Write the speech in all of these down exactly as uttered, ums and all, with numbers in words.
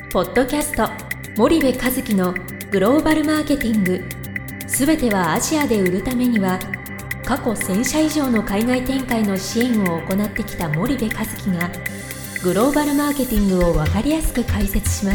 ポッドキャスト森部和樹のグローバルマーケティング、すべてはアジアで売るためには、過去せん社以上の海外展開の支援を行ってきた森部和樹がグローバルマーケティングを分かりやすく解説します。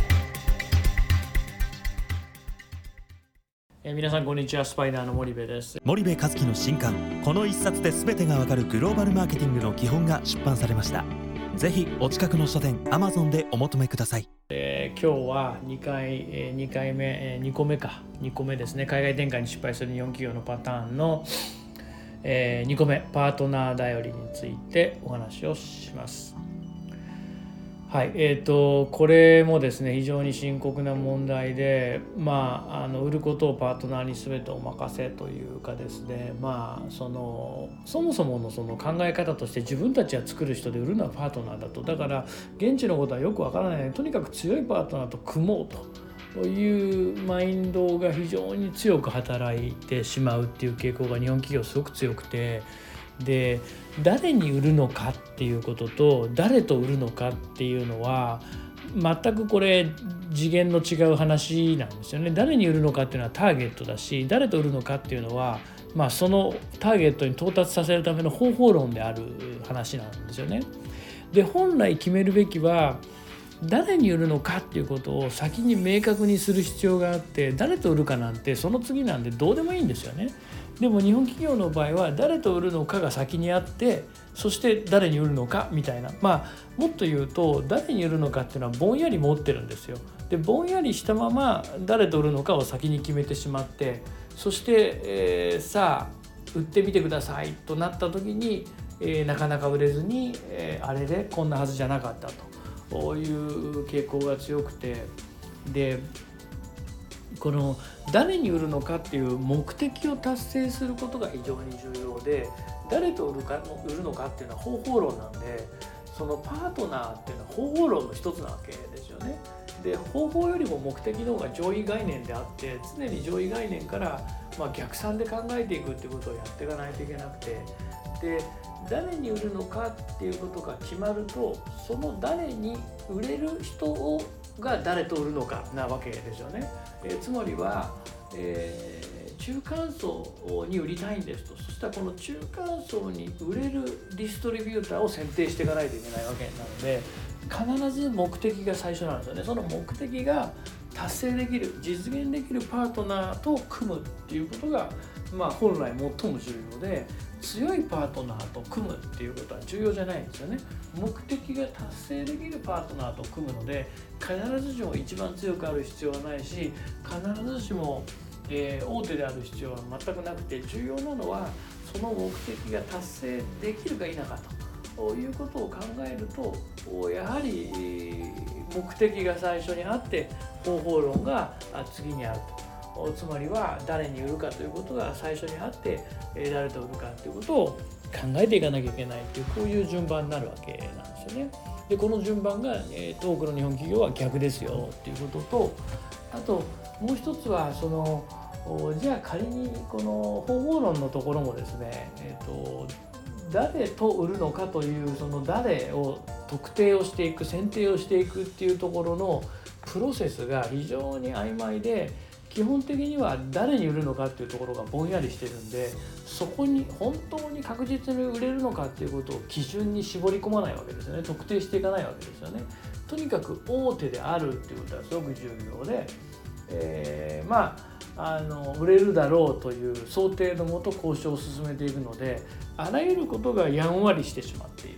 えー、皆さんこんにちは。スパイダーの森部です。 森部和樹の新刊、この一冊で全てがわかるグローバルマーケティングの基本が出版されました。ぜひお近くの書店 Amazon でお求めください。 えー、今日はにかい、えー、にかいめ、えー、にこめかにこめですね。海外展開に失敗する日本企業のパターンの、えー、にこめ、パートナー頼りについてお話をします。はい、えーと、これもですね、非常に深刻な問題で、まあ、あの売ることをパートナーに全てお任せというかですね、まあ、そのそもそものその考え方として自分たちが作る人で売るのはパートナーだと。だから現地のことはよくわからないので、とにかく強いパートナーと組もうというマインドが非常に強く働いてしまうっていう傾向が日本企業すごく強くて、で誰に売るのかっていうことと誰と売るのかっていうのは全くこれ次元の違う話なんですよね。誰に売るのかっていうのはターゲットだし、誰と売るのかっていうのは、まあ、そのターゲットに到達させるための方法論である話なんですよね。で、本来決めるべきは誰に売るのかっていうことを先に明確にする必要があって、誰と売るかなんてその次なんでどうでもいいんですよね。でも日本企業の場合は誰と売るのかが先にあって、そして誰に売るのかみたいな、まあもっと言うと誰に売るのかっていうのはぼんやり持ってるんですよ。でぼんやりしたまま誰と売るのかを先に決めてしまって、そして、えー、さあ売ってみてくださいとなった時に、えー、なかなか売れずに、えー、あれでこんなはずじゃなかったという傾向が強くて、でこの誰に売るのかっていう目的を達成することが非常に重要で、誰と売るか売るのかっていうのは方法論なんで、そのパートナーっていうのは方法論の一つなわけですよね。で方法よりも目的の方が上位概念であって、常に上位概念から、まあ、逆算で考えていくっていうことをやっていかないといけなくて、で誰に売るのかっていうことが決まると、その誰に売れる人をが誰と売るのかなわけですよね。えー、つまりは、えー、中間層に売りたいんですと。そしたらこの中間層に売れるディストリビューターを選定していかないといけないわけなので、必ず目的が最初なんですよね。その目的が達成できる、実現できるパートナーと組むっていうことが、まあ、本来最も重要で、強いパートナーと組むっていうことは重要じゃないんですよね。目的が達成できるパートナーと組むので、必ずしも一番強くある必要はないし、必ずしも、えー、大手である必要は全くなくて、重要なのはその目的が達成できるか否かということを考えると、やはり目的が最初にあって方法論が次にあると。つまりは誰に売るかということが最初にあって、誰と売るかということを考えていかなきゃいけないという、こういう順番になるわけなんですよね。でこの順番が、えー、多くの日本企業は逆ですよということと、あともう一つはそのじゃあ仮にこの方法論のところもですね、えーと誰と売るのかというその誰を特定をしていく、選定をしていくっていうところのプロセスが非常に曖昧で、基本的には誰に売るのかっていうところがぼんやりしてるんで、そこに本当に確実に売れるのかっていうことを基準に絞り込まないわけですよね。特定していかないわけですよね。とにかく大手であるっていうことはすごく重要で、えー、まああの売れるだろうという想定のもと交渉を進めていくので、あらゆることがやんわりしてしまっている、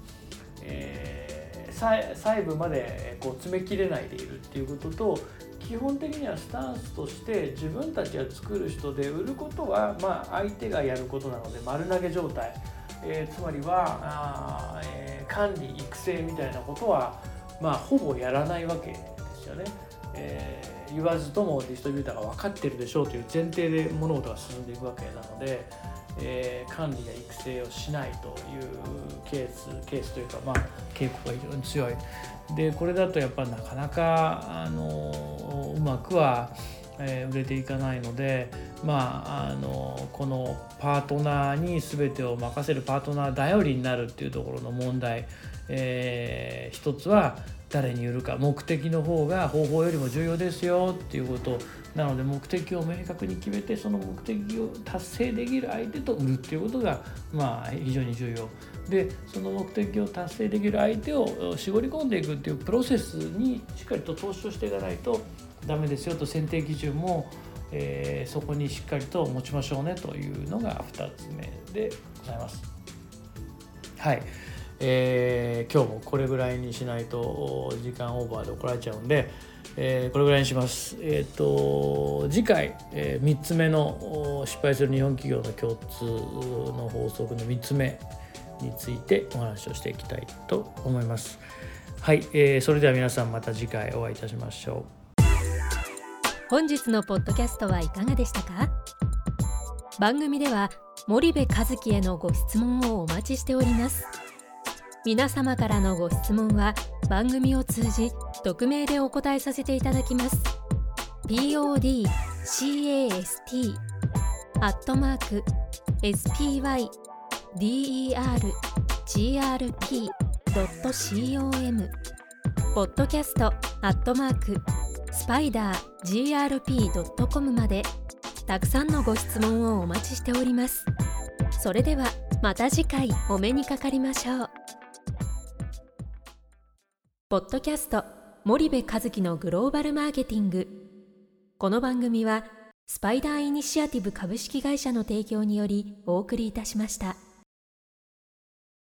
えー、細部までこう詰め切れないでいるっていうことと、基本的にはスタンスとして自分たちが作る人で、売ることはまあ相手がやることなので丸投げ状態、えー、つまりはあ、えー、管理育成みたいなことはまあほぼやらないわけですよね。えー、言わずともディストリビューターが分かってるでしょうという前提で物事が進んでいくわけなので、えー、管理や育成をしないというケースケースというか、まあ、傾向が非常に強い。でこれだとやっぱなかなかあのうまくは、えー、売れていかないので、まあ、あのこのパートナーに全てを任せるパートナー頼りになるっていうところの問題、えー、一つは誰に売るか、目的の方が方法よりも重要ですよっていうことなので、目的を明確に決めてその目的を達成できる相手と売るっていうことがまあ非常に重要で、その目的を達成できる相手を絞り込んでいくっていうプロセスにしっかりと投資をしていかないとダメですよと、選定基準も、えー、そこにしっかりと持ちましょうねというのがふたつめでございます。はい、えー、今日もこれぐらいにしないと時間オーバーで怒られちゃうんで、えー、これぐらいにします。えっと次回、えー、みっつめの失敗する日本企業の共通の法則のみっつめについてお話をしていきたいと思います。はい、えー、それでは皆さんまた次回お会いいたしましょう。 本日のポッドキャストはいかがでしたか？番組では森部一樹へのご質問をお待ちしております。皆様からのご質問は番組を通じ匿名でお答えさせていただきます。 ピーオーディーキャスト アットマーク エスピーワイディーイーアールジーアールピー ドット コム ポッドキャストアットマークスパイダー ジーアールピー ドット コム までたくさんのご質問をお待ちしております。それではまた次回お目にかかりましょう。ポッドキャスト森部一樹のグローバルマーケティング。この番組はスパイダーイニシアティブ株式会社の提供によりお送りいたしました。